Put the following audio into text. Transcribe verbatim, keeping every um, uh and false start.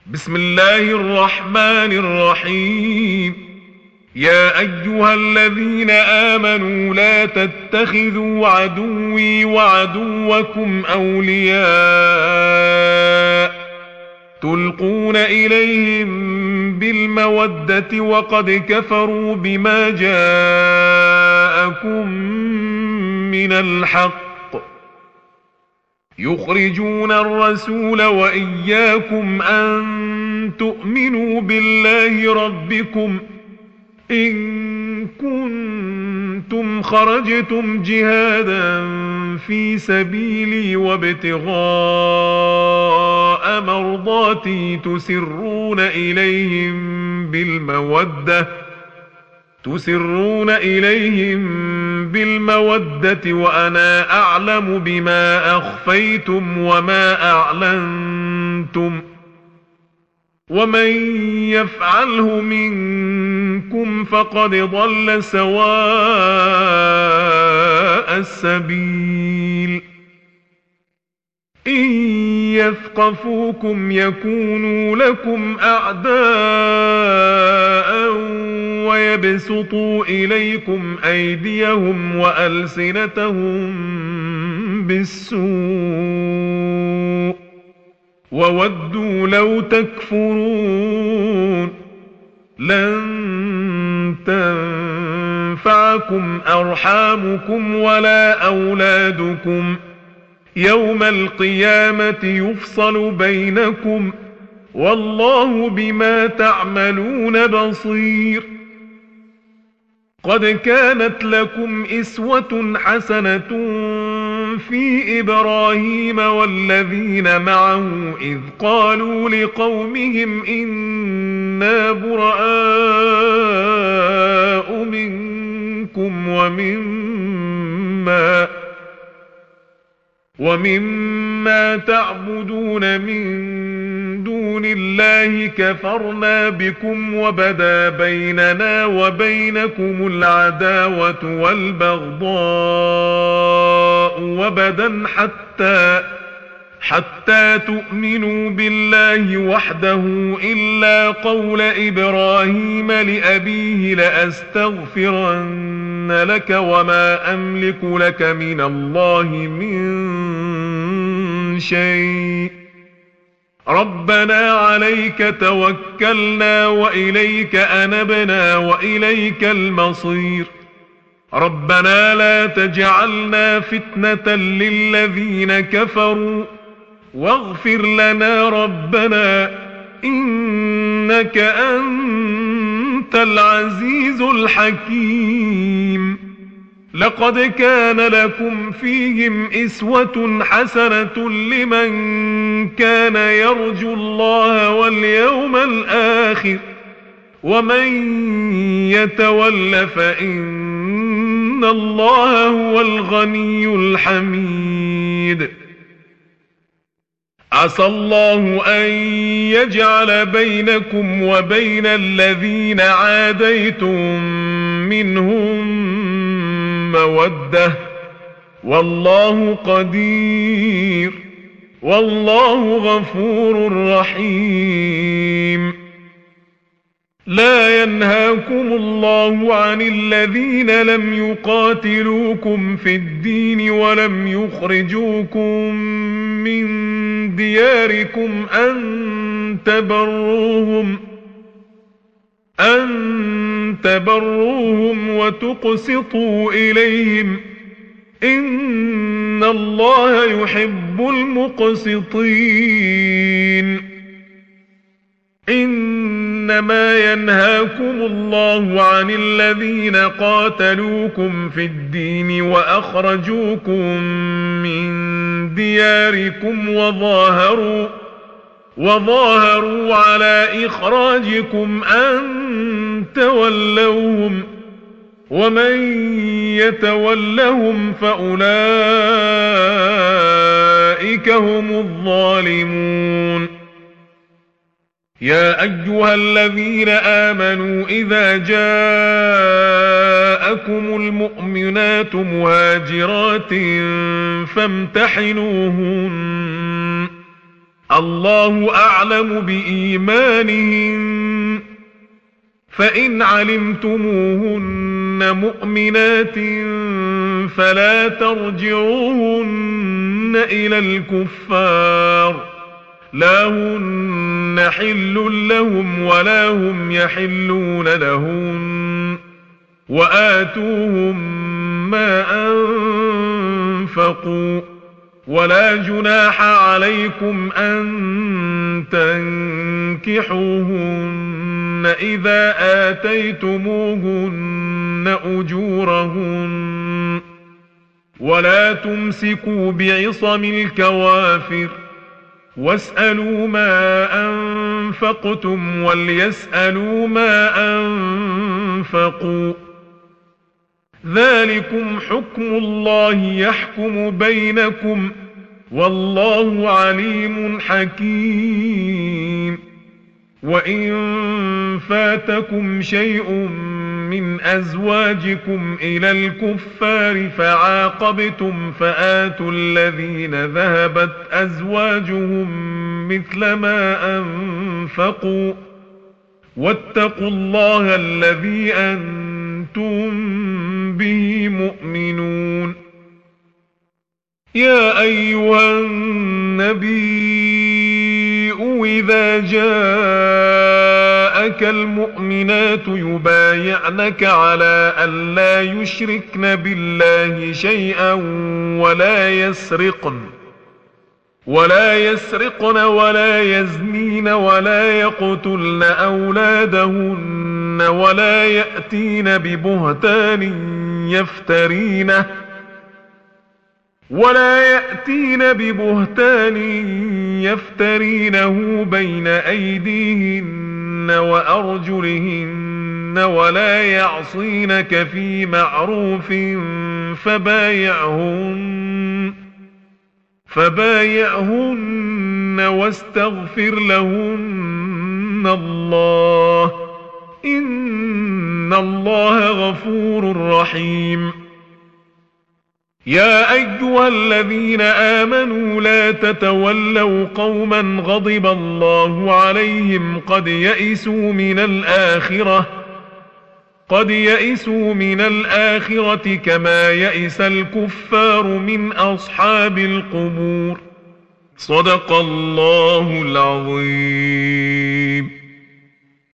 بسم الله الرحمن الرحيم. يا أيها الذين آمنوا لا تتخذوا عدوي وعدوكم أولياء تلقون إليهم بالمودة وقد كفروا بما جاءكم من الحق يخرجون الرسول وإياكم أن تؤمنوا بالله ربكم إن كنتم خرجتم جهادا في سبيلي وابتغاء مرضاتي تسرون إليهم بالمودة تسرون إليهم بالمودة وأنا أعلم بما أخفيتم وما أعلنتم ومن يفعله منكم فقد ضل سواء السبيل. إن يثقفوكم يكونوا لكم أعداء ويبسطوا إليكم أيديهم وألسنتهم بالسوء وودوا لو تكفرون. لن تنفعكم أرحامكم ولا أولادكم يوم القيامة يفصل بينكم والله بما تعملون بصير. قد كانت لكم إسوة حسنة في إبراهيم والذين معه إذ قالوا لقومهم إنا براء منكم ومما ومما تعبدون من دون الله كفرنا بكم وبدا بيننا وبينكم العداوة والبغضاء وبدا حتى حتى تؤمنوا بالله وحده إلا قول إبراهيم لأبيه لأستغفرن لك وما أملك لك من الله من شيء ربنا عليك توكلنا وإليك أنبنا وإليك المصير. ربنا لا تجعلنا فتنة للذين كفروا واغفر لنا ربنا إنك أنت العزيز الحكيم. لقد كان لكم فيهم إسوة حسنة لمن كان يرجو الله واليوم الآخر ومن يتول فإن الله هو الغني الحميد. عسى الله أن يجعل بينكم وبين الذين عاديتم منهم مودة والله قدير والله غفور رحيم. لا ينهاكم الله عن الذين لم يقاتلوكم في الدين ولم يخرجوكم من دياركم أن تبروهم أن تبروهم وتقسطوا إليهم إن الله يحب المقسطين. إنما ينهاكم الله عن الذين قاتلوكم في الدين وأخرجوكم من دياركم وظاهروا وظاهروا على إخراجكم أن تولوهم ومن يتولهم فأولئك هم الظالمون. يا أيها الذين آمنوا إذا جاءكم المؤمنات مهاجرات فامتحنوهن الله أعلم بإيمانهن فإن علمتموهن مؤمنات فلا ترجعوهن إلى الكفار لا هن حل لهم ولا هم يحلون لهن وآتوهم ما أنفقوا ولا جناح عليكم أن تنكحوهن إذا آتيتموهن أجورهن ولا تمسكوا بعصم الكوافر واسألوا ما أنفقتم وليسألوا ما أنفقوا ذلكم حكم الله يحكم بينكم والله عليم حكيم وإن فاتكم شيء من أزواجكم إلى الكفار فعاقبتم فآتوا الذين ذهبت أزواجهم مثل ما أنفقوا واتقوا الله الذي أنتم به مؤمنون يا أيها النبي إذا جاءك المؤمنات يبايعنك على أن لا يشركن بالله شيئا ولا يسرقن ولا يسرقن ولا يزنين ولا يقتلن أولادهن ولا يأتين ببهتان يفترينه ولا يأتين ببهتان يفترينه بين أيديهن وأرجلهن ولا يعصينك في معروف فبايعهن فبايعهن واستغفر لهن الله إن الله غفور رحيم يا أيها الذين آمنوا لا تتولوا قوما غضب الله عليهم قد يئسوا من الآخرة قد يئسوا من الآخرة كما يئس الكفار من أصحاب القبور صدق الله العظيم.